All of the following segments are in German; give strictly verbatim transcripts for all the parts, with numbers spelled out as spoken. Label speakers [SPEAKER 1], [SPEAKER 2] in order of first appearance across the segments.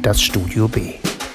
[SPEAKER 1] das Studio B.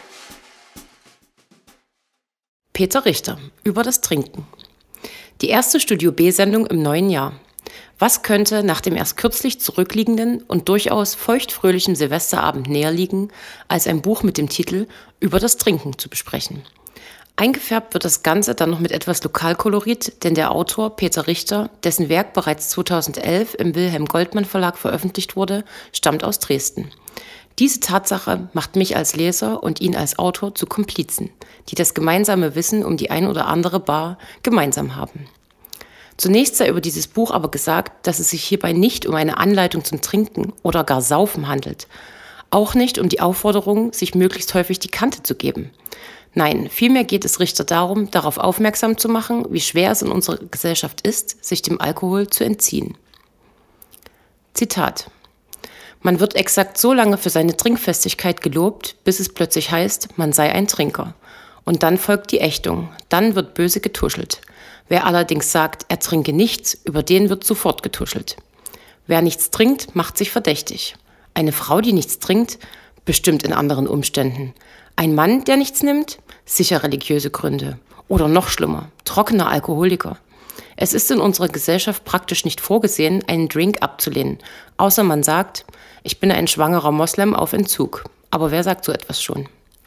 [SPEAKER 2] Peter Richter über das Trinken. Die erste Studio B-Sendung im neuen Jahr. Was könnte nach dem erst kürzlich zurückliegenden und durchaus feuchtfröhlichen Silvesterabend näher liegen, als ein Buch mit dem Titel Über das Trinken zu besprechen? Eingefärbt wird das Ganze dann noch mit etwas Lokalkolorit, denn der Autor Peter Richter, dessen Werk bereits zweitausendelf im Wilhelm Goldmann Verlag veröffentlicht wurde, stammt aus Dresden. Diese Tatsache macht mich als Leser und ihn als Autor zu Komplizen, die das gemeinsame Wissen um die ein oder andere Bar gemeinsam haben. Zunächst sei über dieses Buch aber gesagt, dass es sich hierbei nicht um eine Anleitung zum Trinken oder gar Saufen handelt. Auch nicht um die Aufforderung, sich möglichst häufig die Kante zu geben. Nein, vielmehr geht es Richter darum, darauf aufmerksam zu machen, wie schwer es in unserer Gesellschaft ist, sich dem Alkohol zu entziehen. Zitat: Man wird exakt so lange für seine Trinkfestigkeit gelobt, bis es plötzlich heißt, man sei ein Trinker. Und dann folgt die Ächtung, dann wird böse getuschelt. Wer allerdings sagt, er trinke nichts, über den wird sofort getuschelt. Wer nichts trinkt, macht sich verdächtig. Eine Frau, die nichts trinkt, bestimmt in anderen Umständen. Ein Mann, der nichts nimmt, sicher religiöse Gründe. Oder noch schlimmer, trockener Alkoholiker. Es ist in unserer Gesellschaft praktisch nicht vorgesehen, einen Drink abzulehnen, außer man sagt, ich bin ein schwangerer Moslem auf Entzug. Aber wer sagt so etwas schon?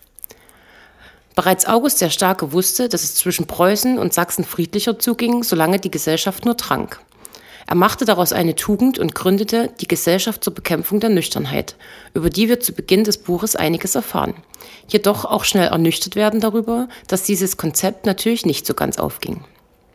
[SPEAKER 2] Bereits August der Starke wusste, dass es zwischen Preußen und Sachsen friedlicher zuging, solange die Gesellschaft nur trank. Er machte daraus eine Tugend und gründete die Gesellschaft zur Bekämpfung der Nüchternheit, über die wir zu Beginn des Buches einiges erfahren. Jedoch auch schnell ernüchtert werden darüber, dass dieses Konzept natürlich nicht so ganz aufging.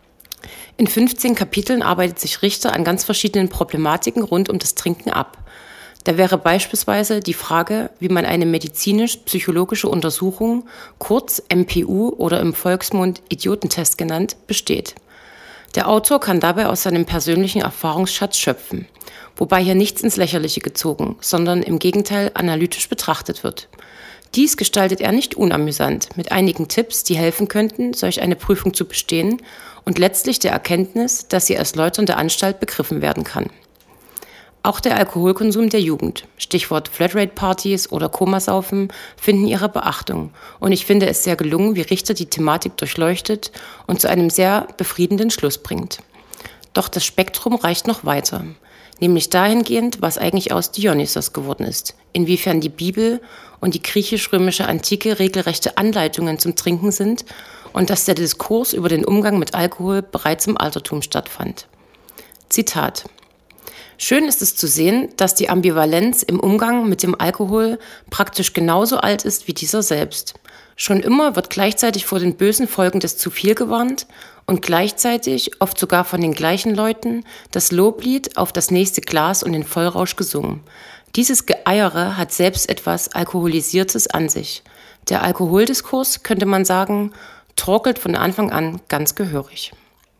[SPEAKER 2] In fünfzehn Kapiteln arbeitet sich Richter an ganz verschiedenen Problematiken rund um das Trinken ab. Da wäre beispielsweise die Frage, wie man eine medizinisch-psychologische Untersuchung, kurz M P U oder im Volksmund Idiotentest genannt, besteht. Der Autor kann dabei aus seinem persönlichen Erfahrungsschatz schöpfen, wobei hier nichts ins Lächerliche gezogen, sondern im Gegenteil analytisch betrachtet wird. Dies gestaltet er nicht unamüsant, mit einigen Tipps, die helfen könnten, solch eine Prüfung zu bestehen und letztlich der Erkenntnis, dass sie als läuternde Anstalt begriffen werden kann. Auch der Alkoholkonsum der Jugend, Stichwort Flatrate-Partys oder Komasaufen, finden ihre Beachtung. Und ich finde es sehr gelungen, wie Richter die Thematik durchleuchtet und zu einem sehr befriedenden Schluss bringt. Doch das Spektrum reicht noch weiter, nämlich dahingehend, was eigentlich aus Dionysos geworden ist, inwiefern die Bibel und die griechisch-römische Antike regelrechte Anleitungen zum Trinken sind und dass der Diskurs über den Umgang mit Alkohol bereits im Altertum stattfand. Zitat: Schön ist es zu sehen, dass die Ambivalenz im Umgang mit dem Alkohol praktisch genauso alt ist wie dieser selbst. Schon immer wird gleichzeitig vor den bösen Folgen des zu viel gewarnt und gleichzeitig, oft sogar von den gleichen Leuten, das Loblied auf das nächste Glas und den Vollrausch gesungen. Dieses Geeiere hat selbst etwas Alkoholisiertes an sich. Der Alkoholdiskurs, könnte man sagen, torkelt von Anfang an ganz gehörig.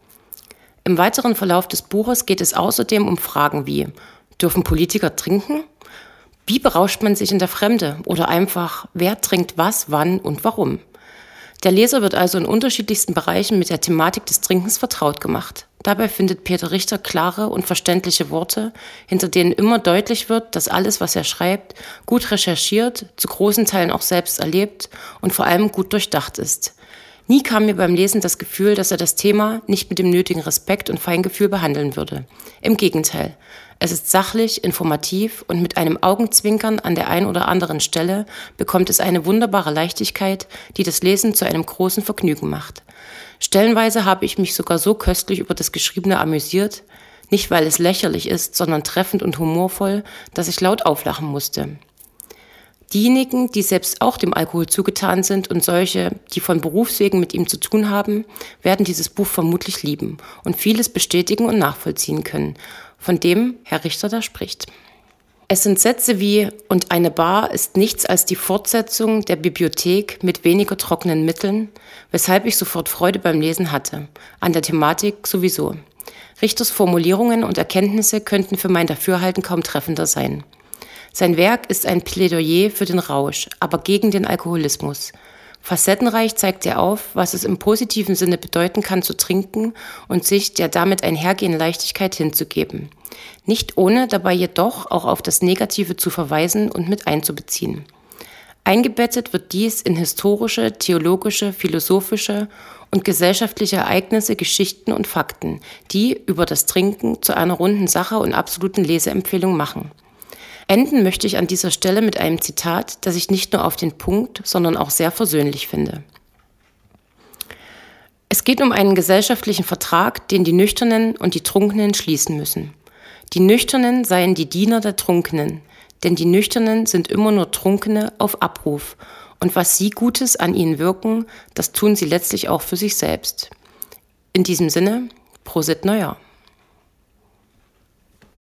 [SPEAKER 2] Im weiteren Verlauf des Buches geht es außerdem um Fragen wie: Dürfen Politiker trinken? Wie berauscht man sich in der Fremde? Oder einfach, wer trinkt was, wann und warum? Der Leser wird also in unterschiedlichsten Bereichen mit der Thematik des Trinkens vertraut gemacht. Dabei findet Peter Richter klare und verständliche Worte, hinter denen immer deutlich wird, dass alles, was er schreibt, gut recherchiert, zu großen Teilen auch selbst erlebt und vor allem gut durchdacht ist. Nie kam mir beim Lesen das Gefühl, dass er das Thema nicht mit dem nötigen Respekt und Feingefühl behandeln würde. Im Gegenteil, es ist sachlich, informativ und mit einem Augenzwinkern an der einen oder anderen Stelle bekommt es eine wunderbare Leichtigkeit, die das Lesen zu einem großen Vergnügen macht. Stellenweise habe ich mich sogar so köstlich über das Geschriebene amüsiert, nicht weil es lächerlich ist, sondern treffend und humorvoll, dass ich laut auflachen musste. Diejenigen, die selbst auch dem Alkohol zugetan sind und solche, die von Berufswegen mit ihm zu tun haben, werden dieses Buch vermutlich lieben und vieles bestätigen und nachvollziehen können, von dem Herr Richter da spricht. Es sind Sätze wie: Und eine Bar ist nichts als die Fortsetzung der Bibliothek mit weniger trockenen Mitteln, weshalb ich sofort Freude beim Lesen hatte, an der Thematik sowieso. Richters Formulierungen und Erkenntnisse könnten für mein Dafürhalten kaum treffender sein. Sein Werk ist ein Plädoyer für den Rausch, aber gegen den Alkoholismus. Facettenreich zeigt er auf, was es im positiven Sinne bedeuten kann, zu trinken und sich der damit einhergehenden Leichtigkeit hinzugeben. Nicht ohne dabei jedoch auch auf das Negative zu verweisen und mit einzubeziehen. Eingebettet wird dies in historische, theologische, philosophische und gesellschaftliche Ereignisse, Geschichten und Fakten, die über das Trinken zu einer runden Sache und absoluten Leseempfehlung machen. Enden möchte ich an dieser Stelle mit einem Zitat, das ich nicht nur auf den Punkt, sondern auch sehr versöhnlich finde. Es geht um einen gesellschaftlichen Vertrag, den die Nüchternen und die Trunkenen schließen müssen. Die Nüchternen seien die Diener der Trunkenen, denn die Nüchternen sind immer nur Trunkene auf Abruf, und was sie Gutes an ihnen wirken, das tun sie letztlich auch für sich selbst. In diesem Sinne, Prosit Neujahr!